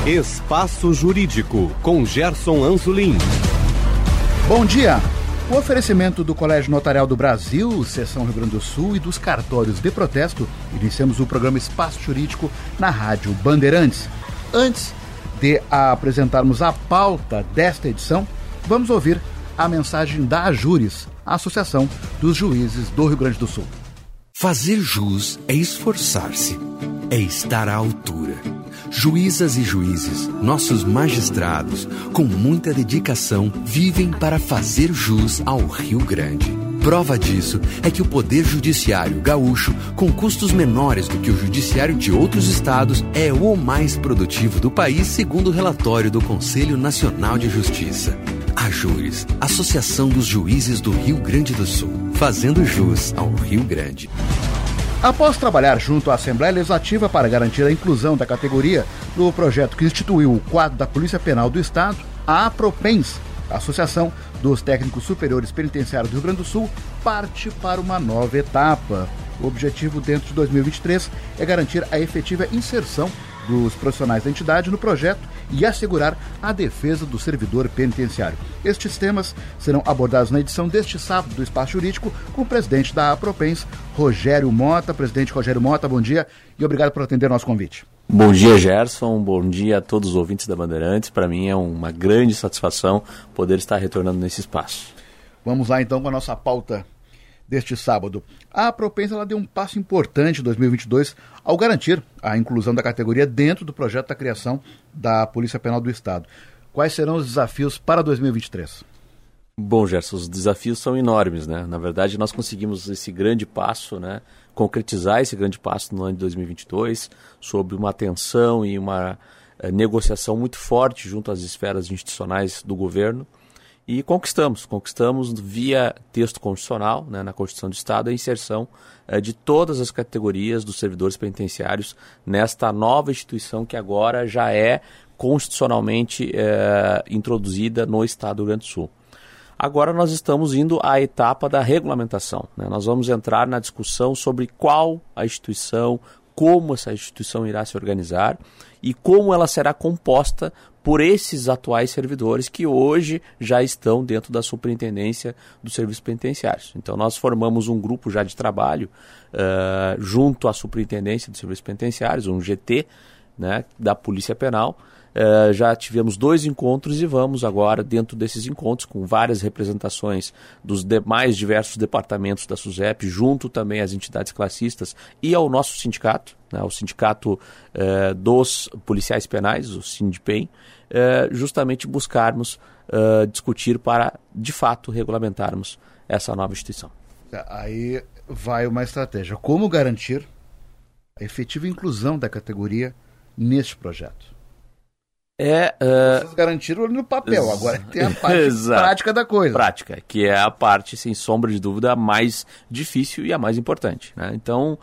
Espaço Jurídico, com Gerson Anzolin. Bom dia! O oferecimento do Colégio Notarial do Brasil, Seção Rio Grande do Sul e dos cartórios de protesto, iniciamos o programa Espaço Jurídico na Rádio Bandeirantes. Antes de apresentarmos a pauta desta edição, vamos ouvir a mensagem da AJURES, a Associação dos Juízes do Rio Grande do Sul. Fazer jus é esforçar-se, é estar à altura. Juízas e juízes, nossos magistrados, com muita dedicação, vivem para fazer jus ao Rio Grande. Prova disso é que o Poder Judiciário gaúcho, com custos menores do que o Judiciário de outros estados, é o mais produtivo do país, segundo o relatório do Conselho Nacional de Justiça. AJURES, Associação dos Juízes do Rio Grande do Sul, fazendo jus ao Rio Grande. Após trabalhar junto à Assembleia Legislativa para garantir a inclusão da categoria no projeto que instituiu o quadro da Polícia Penal do Estado, a APROPENS, a Associação dos Técnicos Superiores Penitenciários do Rio Grande do Sul, parte para uma nova etapa. O objetivo dentro de 2023 é garantir a efetiva inserção dos profissionais da entidade no projeto e assegurar a defesa do servidor penitenciário. Estes temas serão abordados na edição deste sábado do Espaço Jurídico com o presidente da APROPENS, Rogério Mota. Presidente Rogério Mota, bom dia e obrigado por atender nosso convite. Bom dia, Gerson. Bom dia a todos os ouvintes da Bandeirantes. Para mim é uma grande satisfação poder estar retornando nesse espaço. Vamos lá então com a nossa pauta deste sábado. A APROPENS deu um passo importante em 2022 ao garantir a inclusão da categoria dentro do projeto da criação da Polícia Penal do Estado. Quais serão os desafios para 2023? Bom, Gerson, os desafios são enormes, né? Na verdade, nós conseguimos esse grande passo, né? Concretizar esse grande passo no ano de 2022, sob uma atenção e uma negociação muito forte junto às esferas institucionais do governo. E conquistamos via texto constitucional, né, na Constituição do Estado, a inserção de todas as categorias dos servidores penitenciários nesta nova instituição que agora já é constitucionalmente introduzida no Estado do Rio Grande do Sul. Agora nós estamos indo à etapa da regulamentação, né? Nós vamos entrar na discussão sobre qual a instituição, como essa instituição irá se organizar e como ela será composta por esses atuais servidores que hoje já estão dentro da superintendência dos serviços penitenciários. Então nós formamos um grupo já de trabalho junto à superintendência dos serviços penitenciários, um GT, né, da Polícia Penal. Já tivemos 2 encontros e vamos agora, dentro desses encontros, com várias representações dos demais diversos departamentos da SUSEP, junto também às entidades classistas e ao nosso sindicato, né, o Sindicato dos Policiais Penais, o SINDPEN, justamente buscarmos discutir para, de fato, regulamentarmos essa nova instituição. Aí vai uma estratégia. Como garantir a efetiva inclusão da categoria neste projeto? Vocês garantiram no papel, agora tem a parte prática da coisa. Prática, que é a parte, sem sombra de dúvida, a mais difícil e a mais importante, né? Então,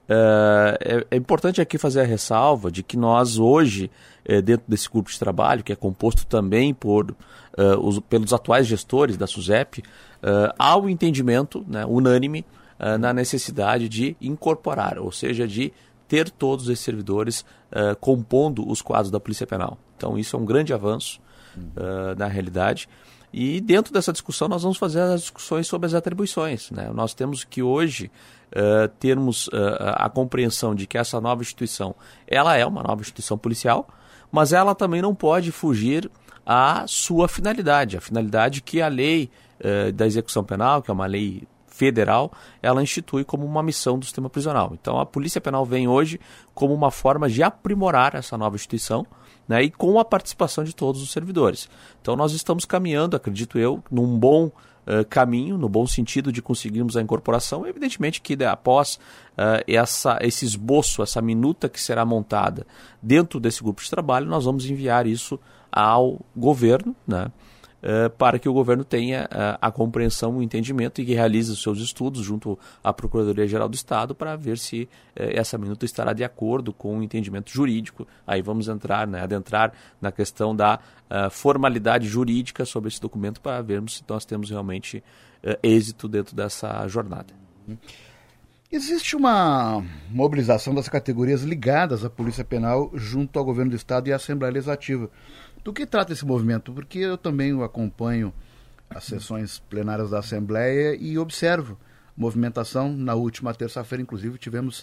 é importante aqui fazer a ressalva de que nós hoje, dentro desse grupo de trabalho, que é composto também pelos atuais gestores da SUSEP, há o entendimento, né, unânime na necessidade de incorporar, ou seja, de ter todos esses servidores compondo os quadros da Polícia Penal. Então isso é um grande avanço na realidade. E dentro dessa discussão nós vamos fazer as discussões sobre as atribuições, né? Nós temos que hoje termos a compreensão de que essa nova instituição, ela é uma nova instituição policial, mas ela também não pode fugir à sua finalidade, a finalidade que a lei da execução penal, que é uma lei federal, ela institui como uma missão do sistema prisional. Então a Polícia Penal vem hoje como uma forma de aprimorar essa nova instituição, né, e com a participação de todos os servidores. Então nós estamos caminhando, acredito eu, num bom caminho, no bom sentido de conseguirmos a incorporação. Evidentemente que após esse esboço, essa minuta que será montada dentro desse grupo de trabalho, nós vamos enviar isso ao governo, né, para que o governo tenha a compreensão, o entendimento e que realize os seus estudos junto à Procuradoria-Geral do Estado para ver se essa minuta estará de acordo com o entendimento jurídico. Aí vamos adentrar na questão da formalidade jurídica sobre esse documento para vermos se nós temos realmente êxito dentro dessa jornada. Existe uma mobilização das categorias ligadas à Polícia Penal junto ao Governo do Estado e à Assembleia Legislativa. Do que trata esse movimento? Porque eu também acompanho as sessões plenárias da Assembleia e observo movimentação. Na última terça-feira, inclusive, tivemos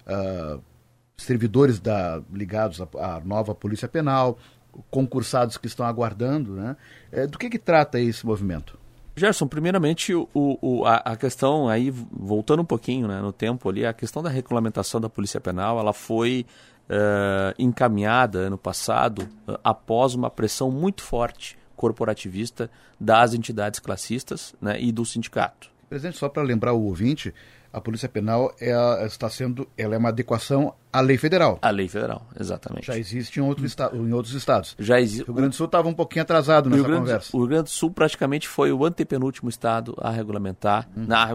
servidores ligados à nova Polícia Penal, concursados que estão aguardando, né? Do que trata esse movimento? Gerson, primeiramente a questão aí, voltando um pouquinho, né, no tempo ali, a questão da regulamentação da Polícia Penal, ela foi encaminhada ano passado após uma pressão muito forte corporativista das entidades classistas, né, e do sindicato. Presidente, só para lembrar o ouvinte, a Polícia Penal ela é uma adequação à lei federal. À lei federal, exatamente. Já existe em outros estados. Já existe. O Rio Grande do Sul estava um pouquinho atrasado nessa conversa. O Rio Grande do Sul praticamente foi o antepenúltimo estado a regulamentar,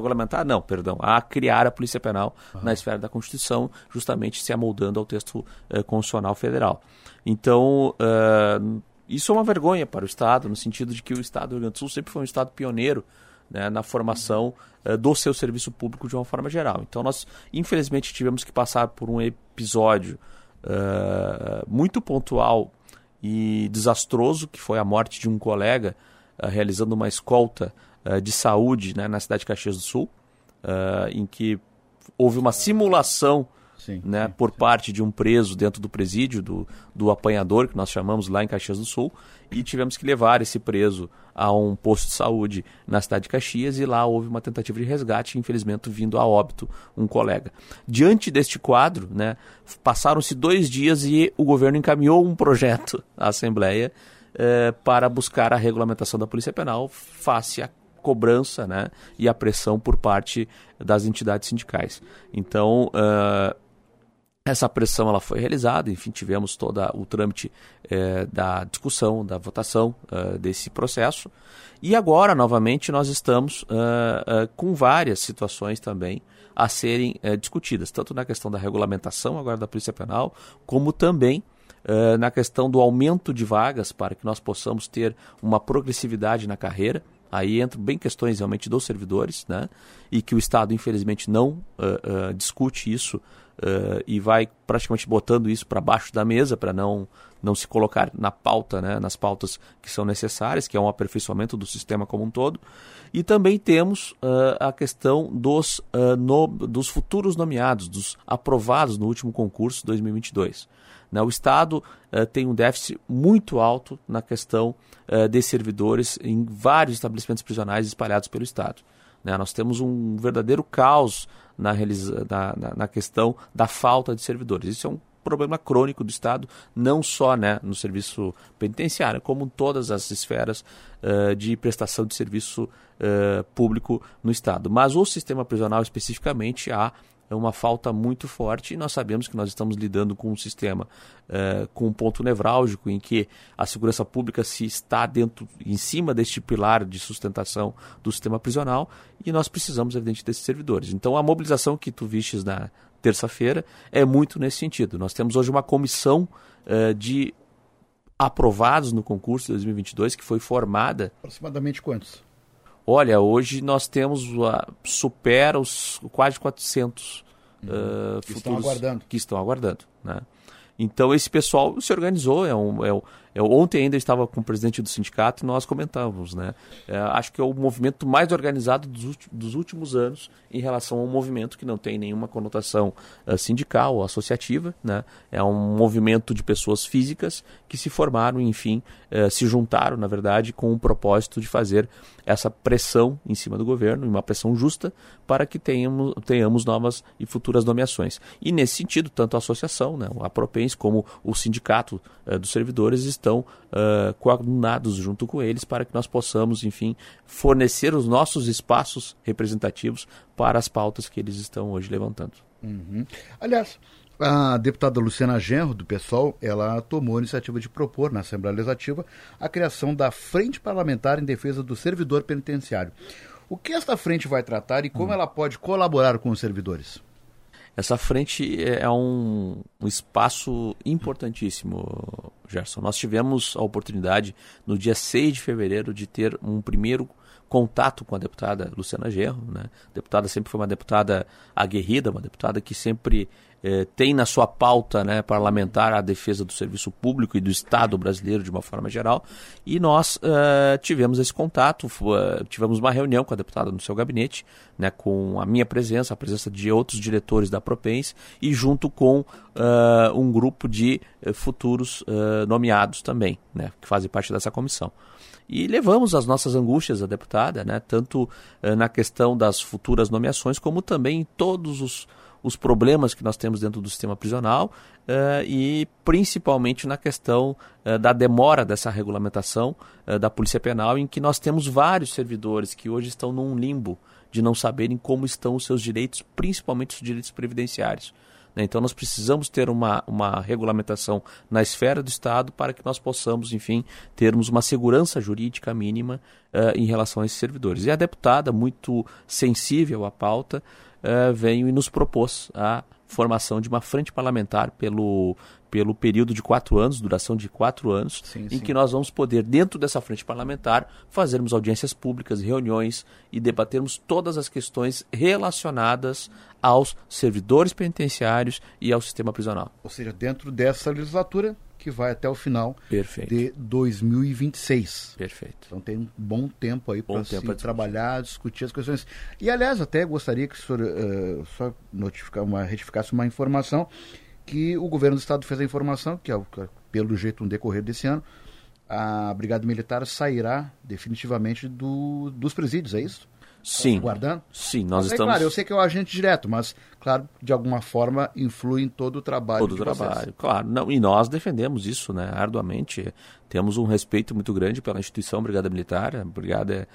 a criar a Polícia Penal na esfera da Constituição, justamente se amoldando ao texto constitucional federal. Então, isso é uma vergonha para o estado, no sentido de que o estado do Rio Grande do Sul sempre foi um estado pioneiro, né, na formação do seu serviço público de uma forma geral. Então nós, infelizmente, tivemos que passar por um episódio muito pontual e desastroso, que foi a morte de um colega realizando uma escolta de saúde, né, na cidade de Caxias do Sul, em que houve uma simulação por parte de um preso dentro do presídio, do apanhador, que nós chamamos lá em Caxias do Sul, e tivemos que levar esse preso a um posto de saúde na cidade de Caxias, e lá houve uma tentativa de resgate, infelizmente vindo a óbito um colega. Diante deste quadro, né, passaram-se 2 dias e o governo encaminhou um projeto à Assembleia para buscar a regulamentação da Polícia Penal face à cobrança, né, e a pressão por parte das entidades sindicais. Então, essa pressão ela foi realizada, enfim, tivemos todo o trâmite da discussão, da votação desse processo. E agora, novamente, nós estamos com várias situações também a serem discutidas, tanto na questão da regulamentação agora da Polícia Penal, como também na questão do aumento de vagas para que nós possamos ter uma progressividade na carreira. Aí entram bem questões realmente dos servidores, né? E que o Estado, infelizmente, não discute isso e vai praticamente botando isso para baixo da mesa para não se colocar na pauta, né? Nas pautas que são necessárias, que é um aperfeiçoamento do sistema como um todo. E também temos a questão dos futuros nomeados, dos aprovados no último concurso 2022. O Estado tem um déficit muito alto na questão de servidores em vários estabelecimentos prisionais espalhados pelo Estado. Nós temos um verdadeiro caos na questão da falta de servidores. Isso é um problema crônico do Estado, não só, né, no serviço penitenciário, como em todas as esferas de prestação de serviço público no Estado. Mas o sistema prisional especificamente há uma falta muito forte, e nós sabemos que nós estamos lidando com um sistema com um ponto nevrálgico em que a segurança pública se está em cima deste pilar de sustentação do sistema prisional, e nós precisamos, evidente, desses servidores. Então a mobilização que tu vistes na terça-feira é muito nesse sentido. Nós temos hoje uma comissão de aprovados no concurso de 2022 que foi formada. Aproximadamente quantos? Olha, hoje nós temos, supera os quase 400 futuros que estão aguardando. Né? Então esse pessoal se organizou, ontem ainda eu estava com o presidente do sindicato e nós comentávamos, né? Acho que é o movimento mais organizado dos últimos anos em relação a um movimento que não tem nenhuma conotação sindical ou associativa, né? É um movimento de pessoas físicas que se formaram, enfim, se juntaram, na verdade, com o propósito de fazer essa pressão em cima do governo, uma pressão justa, para que tenhamos novas e futuras nomeações. E nesse sentido, tanto a associação, né, a Propens, como o sindicato dos servidores estão coordenados junto com eles para que nós possamos, enfim, fornecer os nossos espaços representativos para as pautas que eles estão hoje levantando. Uhum. Aliás, a deputada Luciana Genro, do PSOL, ela tomou a iniciativa de propor na Assembleia Legislativa a criação da Frente Parlamentar em Defesa do Servidor Penitenciário. O que esta frente vai tratar e como ela pode colaborar com os servidores? Essa frente é um espaço importantíssimo, Gerson. Nós tivemos a oportunidade, no dia 6 de fevereiro, de ter um primeiro contato com a deputada Luciana Genro, né? A deputada sempre foi uma deputada aguerrida, uma deputada que sempre tem na sua pauta, né, parlamentar a defesa do serviço público e do Estado brasileiro de uma forma geral, e nós tivemos esse contato, tivemos uma reunião com a deputada no seu gabinete, né, com a minha presença, a presença de outros diretores da Propens e junto com um grupo de futuros nomeados também, né, que fazem parte dessa comissão. E levamos as nossas angústias à deputada, né, tanto na questão das futuras nomeações, como também em todos os problemas que nós temos dentro do sistema prisional e principalmente na questão da demora dessa regulamentação da Polícia Penal, em que nós temos vários servidores que hoje estão num limbo de não saberem como estão os seus direitos, principalmente os direitos previdenciários. Então nós precisamos ter uma regulamentação na esfera do Estado para que nós possamos, enfim, termos uma segurança jurídica mínima em relação a esses servidores. E a deputada, muito sensível à pauta, veio e nos propôs a formação de uma frente parlamentar pelo período de 4 anos, duração de 4 anos, em que nós vamos poder, dentro dessa frente parlamentar, fazermos audiências públicas, reuniões e debatermos todas as questões relacionadas aos servidores penitenciários e ao sistema prisional. Ou seja, dentro dessa legislatura que vai até o final Perfeito. De 2026. Perfeito. Então tem um bom tempo aí para se trabalhar, discutir as questões. E, aliás, até gostaria que o senhor só retificasse uma informação, que o governo do Estado fez a informação, que é, pelo jeito, no decorrer desse ano, a Brigada Militar sairá definitivamente dos presídios, é isso? Sim. Guardando? Sim, nós mas, estamos... claro, eu sei que é o agente direto, mas, claro, de alguma forma influi em todo o trabalho. Todo o trabalho, claro. Não, e nós defendemos isso, né, arduamente. Temos um respeito muito grande pela instituição Brigada Militar. A Brigada é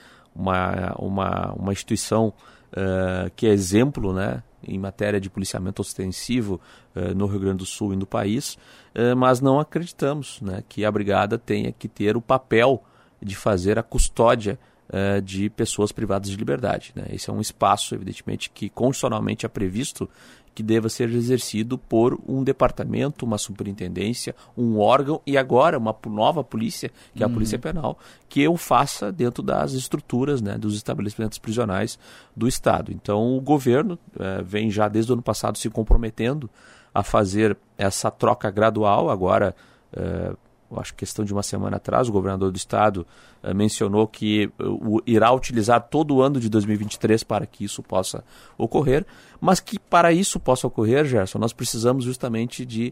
uma instituição que é exemplo, né, em matéria de policiamento ostensivo no Rio Grande do Sul e no país, mas não acreditamos, né, que a Brigada tenha que ter o papel de fazer a custódia de pessoas privadas de liberdade, né? Esse é um espaço, evidentemente, que constitucionalmente é previsto que deva ser exercido por um departamento, uma superintendência, um órgão e agora uma nova polícia, que é a Polícia Penal, que o faça dentro das estruturas, né, dos estabelecimentos prisionais do Estado. Então o governo vem já desde o ano passado se comprometendo a fazer essa troca gradual. Agora, eu acho que questão de uma semana atrás, o governador do Estado mencionou que irá utilizar todo o ano de 2023 para que isso possa ocorrer, mas que para isso possa ocorrer, Gerson, nós precisamos justamente de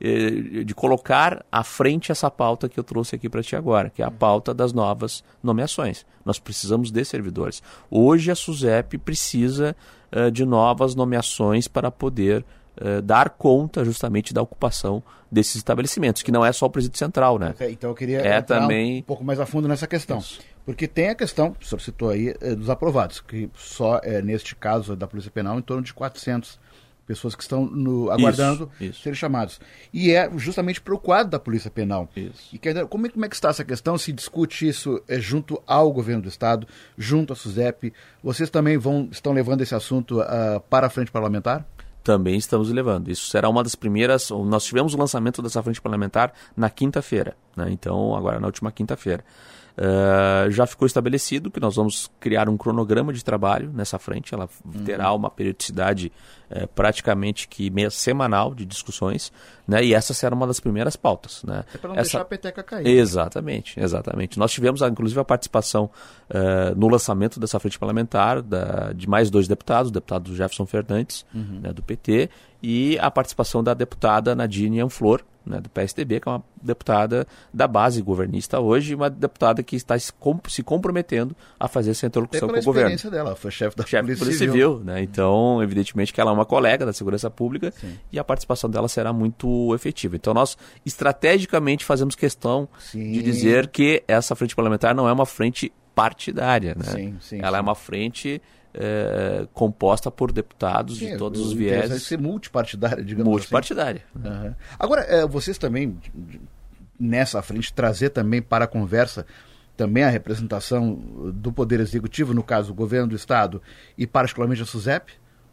colocar à frente essa pauta que eu trouxe aqui para ti agora, que é a pauta das novas nomeações. Nós precisamos de servidores. Hoje a SUSEP precisa de novas nomeações para poder dar conta justamente da ocupação desses estabelecimentos, que não é só o presídio central, né? Então eu queria entrar um pouco mais a fundo nessa questão. Isso. Porque tem a questão, o senhor citou aí, dos aprovados, que só, neste caso da Polícia Penal, em torno de 400 pessoas que estão aguardando serem chamados. E é justamente para o quadro da Polícia Penal. Isso. E como é que está essa questão? Se discute isso junto ao governo do Estado, junto à SUSEP. Vocês também estão levando esse assunto para a frente parlamentar? Também estamos levando. Isso será uma das primeiras... Nós tivemos o lançamento dessa frente parlamentar na quinta-feira, né? Então, agora na última quinta-feira. Já ficou estabelecido que nós vamos criar um cronograma de trabalho nessa frente. Ela terá uma periodicidade praticamente que semanal de discussões, né? E essa será uma das primeiras pautas, né? É para não deixar a peteca cair. Exatamente. Nós tivemos, inclusive, a participação no lançamento dessa frente parlamentar de mais 2 deputados, o deputado Jefferson Fernandes, né, do PT, e a participação da deputada Nadine Anflor, né, do PSDB, que é uma deputada da base governista hoje, uma deputada que está se comprometendo a fazer essa interlocução com o governo. A experiência dela, foi chefe da Polícia Civil, né? Então, evidentemente que ela é uma colega da Segurança Pública. Sim. E a participação dela será muito efetiva. Então, nós estrategicamente fazemos questão de dizer que essa frente parlamentar não é uma frente partidária, né? Ela é uma frente composta por deputados de todos os vieses. Deve ser multipartidária, digamos multipartidária. Assim. Uhum. Agora, vocês também, nessa frente, trazer também para a conversa também a representação do Poder Executivo, no caso o Governo do Estado e particularmente a SUSEP,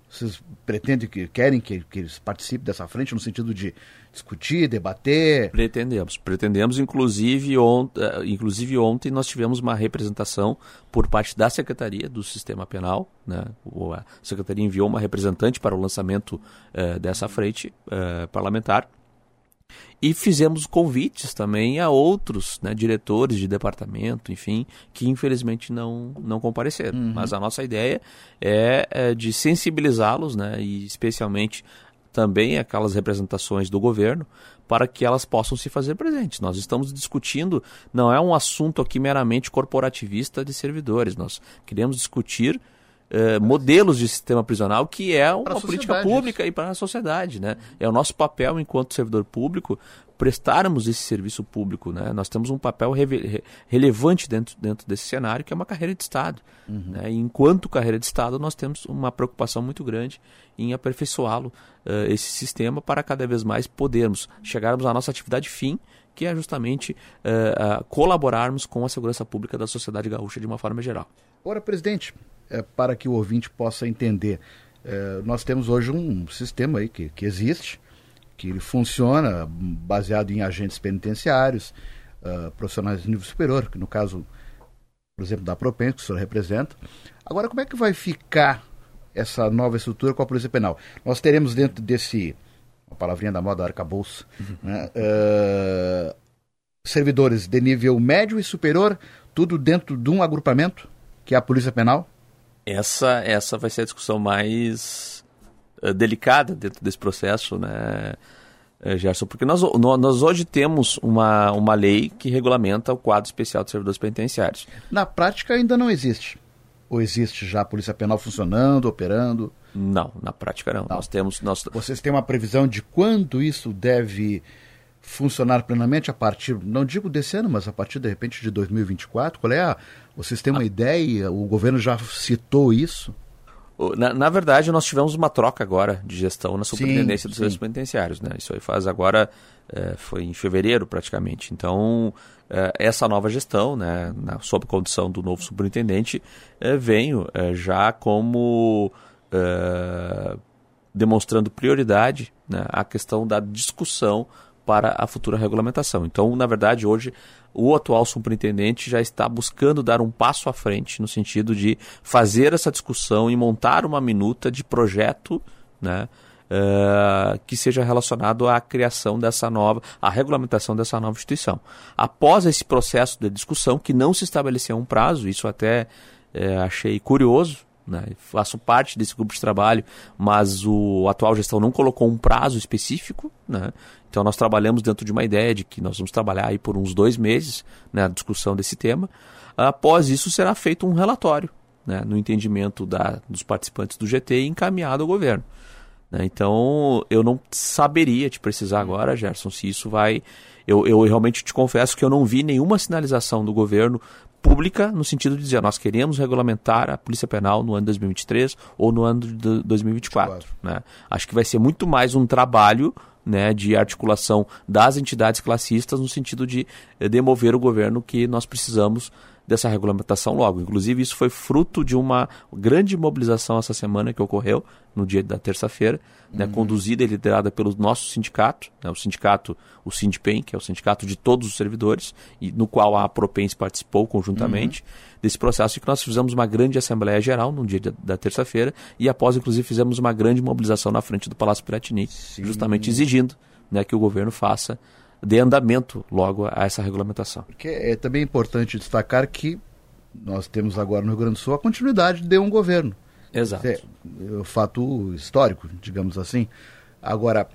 Vocês pretendem, querem que eles participem dessa frente no sentido de discutir, debater? Pretendemos. Inclusive ontem nós tivemos uma representação por parte da Secretaria do Sistema Penal, né? A Secretaria enviou uma representante para o lançamento dessa frente parlamentar. E fizemos convites também a outros, né, diretores de departamento, enfim, que infelizmente não compareceram. Mas a nossa ideia é de sensibilizá-los, né, e especialmente também aquelas representações do governo, para que elas possam se fazer presentes. Nós estamos discutindo, não é um assunto aqui meramente corporativista de servidores, nós queremos discutir modelos de sistema prisional, que é uma política pública e para a sociedade, né? É o nosso papel enquanto servidor público prestarmos esse serviço público, né? Nós temos um papel relevante dentro desse cenário, que é uma carreira de Estado, né? E enquanto carreira de Estado, nós temos uma preocupação muito grande em aperfeiçoá-lo, esse sistema, para cada vez mais podermos chegarmos à nossa atividade fim, que é justamente colaborarmos com a segurança pública da sociedade gaúcha de uma forma geral. Ora, presidente, para que o ouvinte possa entender, nós temos hoje um sistema aí que existe, que ele funciona baseado em agentes penitenciários, profissionais de nível superior, que no caso, por exemplo, da Propens, que o senhor representa. Agora, como é que vai ficar essa nova estrutura com a Polícia Penal? Nós teremos dentro desse, uma palavrinha da moda, arcabouço, né, servidores de nível médio e superior, tudo dentro de um agrupamento, que é a Polícia Penal? Essa vai ser a discussão mais delicada dentro desse processo, né, Gerson? Porque nós hoje temos uma lei que regulamenta o quadro especial de servidores penitenciários. Na prática ainda não existe. Ou existe já a Polícia Penal funcionando, operando? Não, na prática não. Vocês têm uma previsão de quando isso deve funcionar plenamente, a partir, não digo desse ano, mas a partir, de repente, de 2024? Vocês têm uma ideia? O governo já citou isso? Na verdade, nós tivemos uma troca agora de gestão na Superintendência dos Serviços Penitenciários, né? Isso aí faz agora, foi em fevereiro praticamente. Então, essa nova gestão, né, sob condição do novo superintendente, veio já como demonstrando prioridade, né, a questão da discussão para a futura regulamentação. Então, na verdade, hoje, o atual superintendente já está buscando dar um passo à frente no sentido de fazer essa discussão e montar uma minuta de projeto, né, que seja relacionado à criação à regulamentação dessa nova instituição. Após esse processo de discussão, que não se estabeleceu um prazo, isso até achei curioso, né? Faço parte desse grupo de trabalho, mas a atual gestão não colocou um prazo específico, né? Então nós trabalhamos dentro de uma ideia de que nós vamos trabalhar aí por uns 2 meses, né, a discussão desse tema. Após isso será feito um relatório, né, no entendimento dos participantes do GT e encaminhado ao governo, né? Então eu não saberia te precisar agora, Gerson, se isso vai... Eu realmente te confesso que eu não vi nenhuma sinalização do governo pública no sentido de dizer nós queremos regulamentar a Polícia Penal no ano de 2023 ou no ano de 2024. Né? Acho que vai ser muito mais um trabalho, né, de articulação das entidades classistas no sentido de demover o governo que nós precisamos dessa regulamentação logo. Inclusive, isso foi fruto de uma grande mobilização essa semana que ocorreu no dia da terça-feira, né, conduzida e liderada pelo nosso sindicato, né, o Sindipem, que é o sindicato de todos os servidores, e no qual a Propens participou conjuntamente desse processo, e que nós fizemos uma grande Assembleia Geral no dia da terça-feira, e após, inclusive, fizemos uma grande mobilização na frente do Palácio Piratini, justamente exigindo, né, que o governo dê andamento logo a essa regulamentação. Porque é também importante destacar que nós temos agora no Rio Grande do Sul a continuidade de um governo. Exato. É um fato histórico, digamos assim. Agora,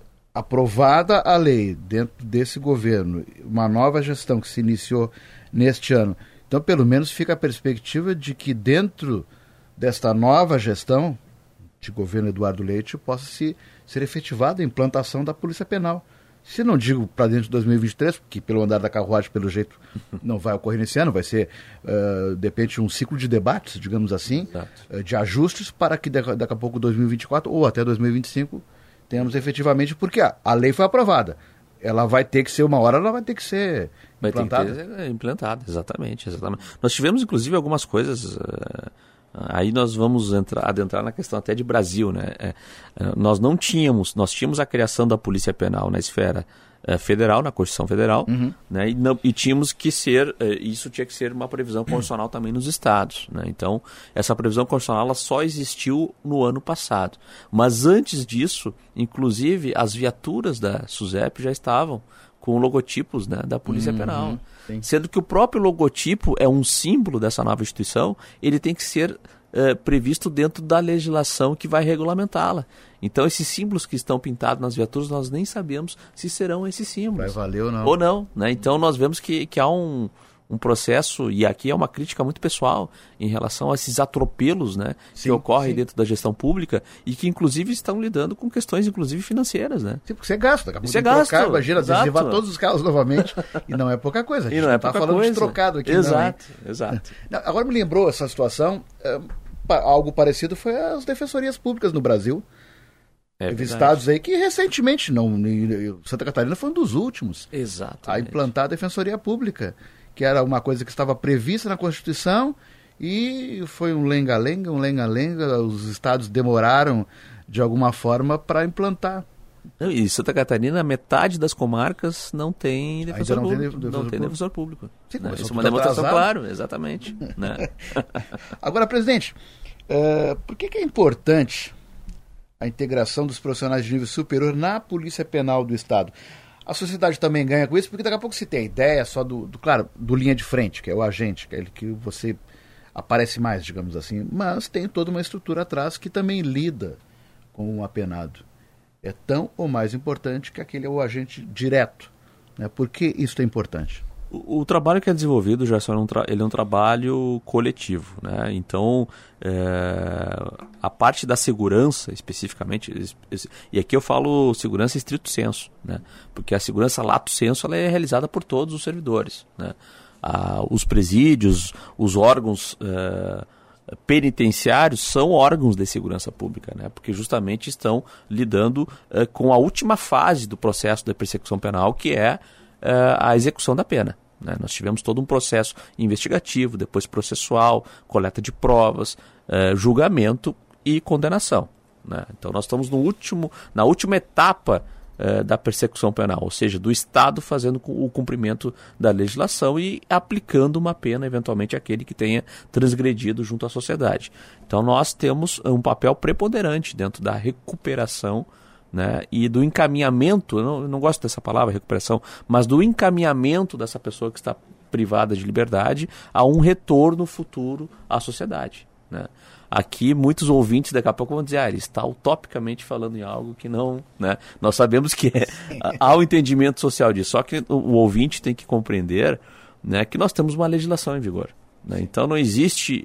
aprovada a lei dentro desse governo, uma nova gestão que se iniciou neste ano, então pelo menos fica a perspectiva de que dentro desta nova gestão de governo Eduardo Leite possa ser efetivada a implantação da Polícia Penal. Se não digo para dentro de 2023, porque pelo andar da carruagem, pelo jeito, não vai ocorrer nesse ano, vai ser, de repente, um ciclo de debates, digamos assim, de ajustes, para que daqui a pouco 2024 ou até 2025 tenhamos efetivamente, porque a lei foi aprovada. Ela vai ter que ser, uma hora ela vai ter que ser implantada. Vai ter que ser implantada, exatamente. Nós tivemos, inclusive, algumas coisas Aí nós vamos adentrar na questão até de Brasil, né? Nós tínhamos a criação da Polícia Penal na esfera federal, na Constituição Federal, né? E tínhamos que isso tinha que ser uma previsão constitucional também nos estados, né? Então, essa previsão constitucional ela só existiu no ano passado. Mas antes disso, inclusive, as viaturas da SUSEP já estavam com logotipos, né, da Polícia Penal. Sim. Sendo que o próprio logotipo é um símbolo dessa nova instituição, ele tem que ser previsto dentro da legislação que vai regulamentá-la. Então, esses símbolos que estão pintados nas viaturas, nós nem sabemos se serão esses símbolos. Vai valer ou não. Ou não, né? Então, nós vemos que há um processo, e aqui é uma crítica muito pessoal em relação a esses atropelos, né, que ocorrem dentro da gestão pública e que, inclusive, estão lidando com questões, inclusive, financeiras, né? Sim, porque você gasta. Acabou de trocar, imagina, adesivar todos os carros novamente, e não é pouca coisa. A gente não está falando de trocado aqui, exato, não. Exato. Agora me lembrou essa situação, algo parecido foi as defensorias públicas no Brasil. Teve estados aí que recentemente, Santa Catarina foi um dos últimos a implantar a defensoria pública, que era uma coisa que estava prevista na Constituição e foi um lenga-lenga, os estados demoraram de alguma forma para implantar. E Santa Catarina, metade das comarcas não tem defensor público. Não tem defensor público. Sim, né? Isso é uma demonstração, claro, exatamente. Né? Agora, presidente, por que é importante a integração dos profissionais de nível superior na Polícia Penal do Estado? A sociedade também ganha com isso, porque daqui a pouco se tem a ideia só do linha de frente, que é o agente, que é ele que você aparece mais, digamos assim, mas tem toda uma estrutura atrás que também lida com um apenado. É tão ou mais importante que aquele é o agente direto. Né? Por que isso é importante? O trabalho que é desenvolvido, Gerson, ele é um trabalho coletivo, né? Então, a parte da segurança, especificamente, e aqui eu falo segurança estrito sensu, né? Porque a segurança lato sensu ela é realizada por todos os servidores, né? Os presídios, os órgãos penitenciários são órgãos de segurança pública, né? Porque justamente estão lidando com a última fase do processo da persecução penal, que é a execução da pena. Né? Nós tivemos todo um processo investigativo, depois processual, coleta de provas, julgamento e condenação. Né? Então nós estamos na última etapa da persecução penal, ou seja, do Estado fazendo o cumprimento da legislação e aplicando uma pena eventualmente àquele que tenha transgredido junto à sociedade. Então nós temos um papel preponderante dentro da recuperação, né, e do encaminhamento, eu não gosto dessa palavra, recuperação, mas do encaminhamento dessa pessoa que está privada de liberdade a um retorno futuro à sociedade. Né? Aqui muitos ouvintes daqui a pouco vão dizer, ele está utopicamente falando em algo que não... Né? Nós sabemos que há o entendimento social disso, só que o ouvinte tem que compreender, né, que nós temos uma legislação em vigor. Né? Então não existe...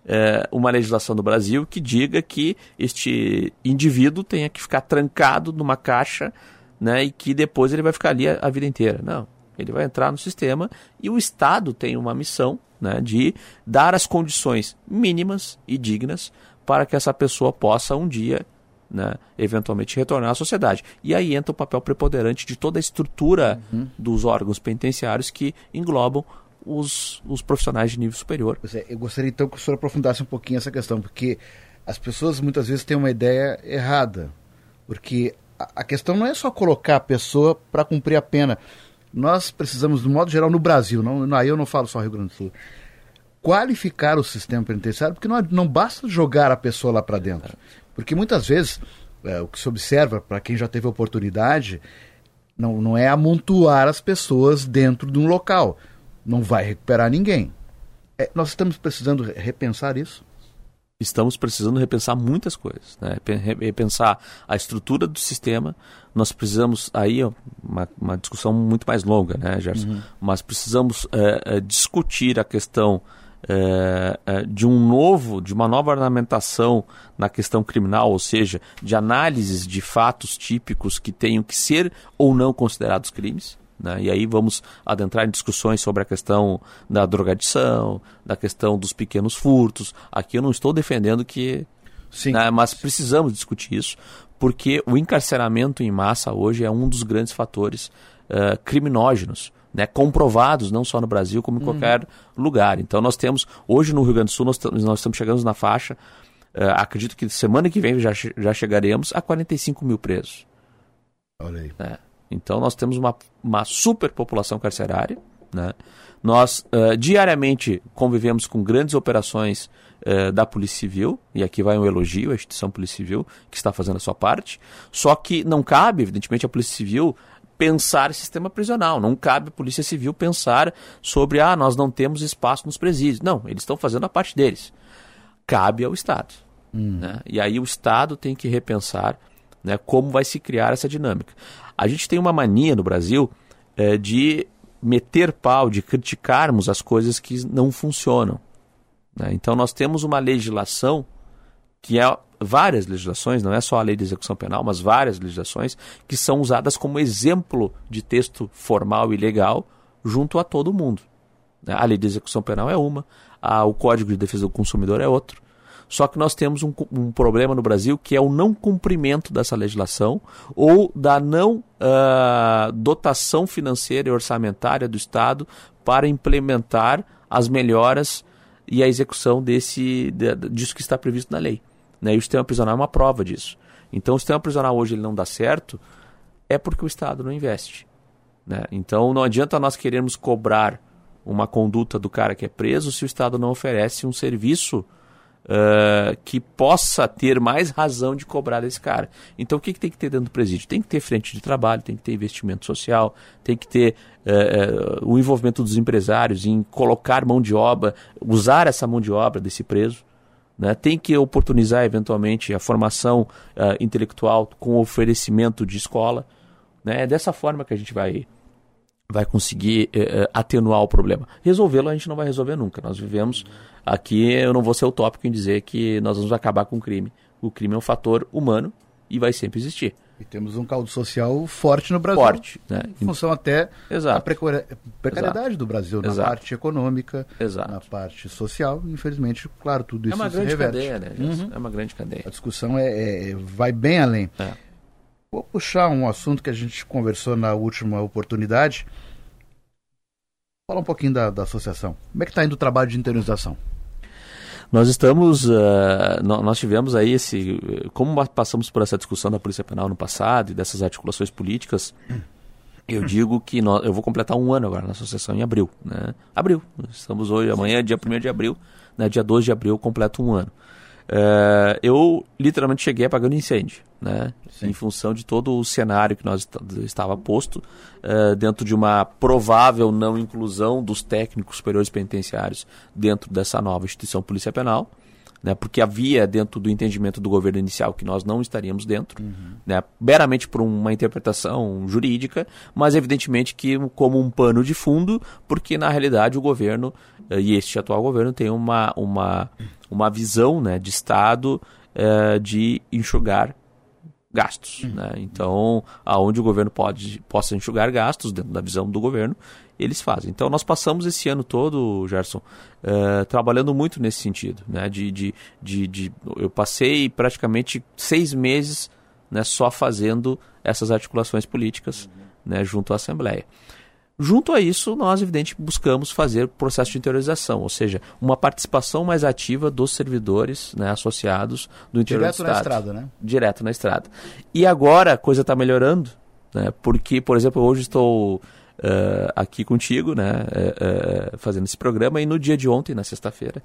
uma legislação do Brasil que diga que este indivíduo tenha que ficar trancado numa caixa, né, e que depois ele vai ficar ali a vida inteira. Não, ele vai entrar no sistema e o Estado tem uma missão, né, de dar as condições mínimas e dignas para que essa pessoa possa um dia, né, eventualmente retornar à sociedade. E aí entra o papel preponderante de toda a estrutura dos órgãos penitenciários que englobam os profissionais de nível superior. Eu gostaria então que o senhor aprofundasse um pouquinho essa questão, porque as pessoas muitas vezes têm uma ideia errada, porque a questão não é só colocar a pessoa para cumprir a pena. Nós precisamos, de modo geral, no Brasil, aí eu não falo só Rio Grande do Sul, qualificar o sistema penitenciário, porque não basta jogar a pessoa lá para dentro. Porque muitas vezes, o que se observa, para quem já teve oportunidade, não é amontoar as pessoas dentro de um local. Não vai recuperar ninguém. Nós estamos precisando repensar isso? Estamos precisando repensar muitas coisas. Né? Repensar a estrutura do sistema. Nós precisamos, aí uma discussão muito mais longa, né, Gerson? Mas precisamos discutir a questão de uma nova ornamentação na questão criminal, ou seja, de análises de fatos típicos que tenham que ser ou não considerados crimes. Né? E aí vamos adentrar em discussões sobre a questão da drogadição, da questão dos pequenos furtos. Aqui eu não estou defendendo que... Sim. Né? Mas precisamos discutir isso, porque o encarceramento em massa hoje é um dos grandes fatores criminógenos, né, comprovados, não só no Brasil, como em qualquer lugar. Então nós temos, hoje no Rio Grande do Sul, nós estamos chegando na faixa, acredito que semana que vem já chegaremos a 45 mil presos. Olha aí. Então nós temos uma superpopulação carcerária, né? Nós diariamente convivemos com grandes operações da Polícia Civil, e aqui vai um elogio à instituição Polícia Civil, que está fazendo a sua parte, só que não cabe, evidentemente, à Polícia Civil pensar sistema prisional, não cabe à Polícia Civil pensar sobre, nós não temos espaço nos presídios. Não, eles estão fazendo a parte deles. Cabe ao Estado. Né? E aí o Estado tem que repensar, né, como vai se criar essa dinâmica. A gente tem uma mania no Brasil de meter pau, de criticarmos as coisas que não funcionam. Né? Então nós temos uma legislação que é várias legislações, não é só a lei de execução penal, mas várias legislações que são usadas como exemplo de texto formal e legal junto a todo mundo. A lei de execução penal é uma, o Código de Defesa do Consumidor é outro. Só que nós temos um problema no Brasil que é o não cumprimento dessa legislação ou da não dotação financeira e orçamentária do Estado para implementar as melhoras e a execução disso que está previsto na lei. Né? E o sistema prisional é uma prova disso. Então o sistema prisional hoje ele não dá certo é porque o Estado não investe. Né? Então não adianta nós querermos cobrar uma conduta do cara que é preso se o Estado não oferece um serviço que possa ter mais razão de cobrar desse cara. Então o que tem que ter dentro do presídio? Tem que ter frente de trabalho, tem que ter investimento social, tem que ter o envolvimento dos empresários em colocar mão de obra, usar essa mão de obra desse preso. Né? Tem que oportunizar eventualmente a formação intelectual com oferecimento de escola. Né? É dessa forma que a gente vai conseguir atenuar o problema. Resolvê-lo a gente não vai resolver nunca. Nós vivemos aqui, eu não vou ser utópico em dizer que nós vamos acabar com o crime. O crime é um fator humano e vai sempre existir. E temos um caldo social forte no Brasil. Forte. Né? Em função até da precariedade Exato. Do Brasil, na Exato. parte econômica, Exato. na parte social. Infelizmente, claro, tudo isso se reverte. É uma grande cadeia, né? É uma grande cadeia. A discussão vai bem além. Vou puxar um assunto que a gente conversou na última oportunidade. Fala um pouquinho da associação. Como é que está indo o trabalho de interiorização? Nós estamos, nós tivemos aí como passamos por essa discussão da Polícia Penal no passado e dessas articulações políticas, eu digo que eu vou completar 1 ano agora na associação em abril. Né? Abril, estamos hoje, amanhã dia 1º de abril, né? Dia 12 de abril eu completo 1 ano. Eu literalmente cheguei apagando incêndio, né? Em função de todo o cenário que nós estava posto dentro de uma provável não inclusão dos técnicos superiores penitenciários dentro dessa nova instituição Polícia Penal, né? Porque havia dentro do entendimento do governo inicial que nós não estaríamos dentro, né? Meramente por uma interpretação jurídica, mas evidentemente que como um pano de fundo, porque na realidade o governo e este atual governo tem uma visão, né, de Estado de enxugar gastos. Né? Então, aonde o governo possa enxugar gastos, dentro da visão do governo, eles fazem. Então, nós passamos esse ano todo, Gerson, trabalhando muito nesse sentido. Né? Eu passei praticamente 6 meses, né, só fazendo essas articulações políticas, né, junto à Assembleia. Junto a isso, nós, evidentemente, buscamos fazer processo de interiorização, ou seja, uma participação mais ativa dos servidores, né, associados do interior do Estado. Direto na estrada, né? Direto na estrada. E agora a coisa está melhorando, né, porque, por exemplo, hoje estou aqui contigo, né, fazendo esse programa, e no dia de ontem, na sexta-feira,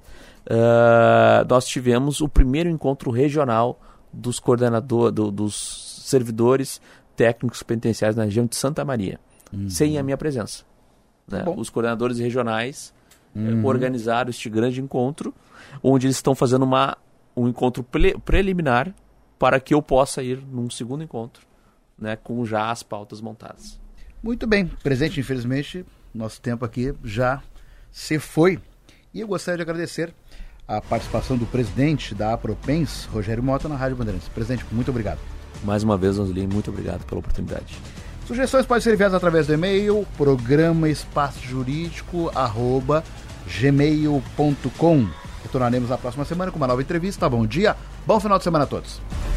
nós tivemos o primeiro encontro regional dos dos servidores técnicos penitenciários na região de Santa Maria. Sem a minha presença. Né? Os coordenadores regionais organizaram este grande encontro, onde eles estão fazendo um encontro preliminar para que eu possa ir num segundo encontro, né, com já as pautas montadas. Muito bem. Presente, infelizmente, nosso tempo aqui já se foi. E eu gostaria de agradecer a participação do presidente da APROPENS, Rogério Mota, na Rádio Bandeirantes. Presidente, muito obrigado. Mais uma vez, Anzolin, muito obrigado pela oportunidade. Sugestões podem ser enviadas através do e-mail programaespaçojurídico@gmail.com. Retornaremos na próxima semana com uma nova entrevista. Bom dia, bom final de semana a todos.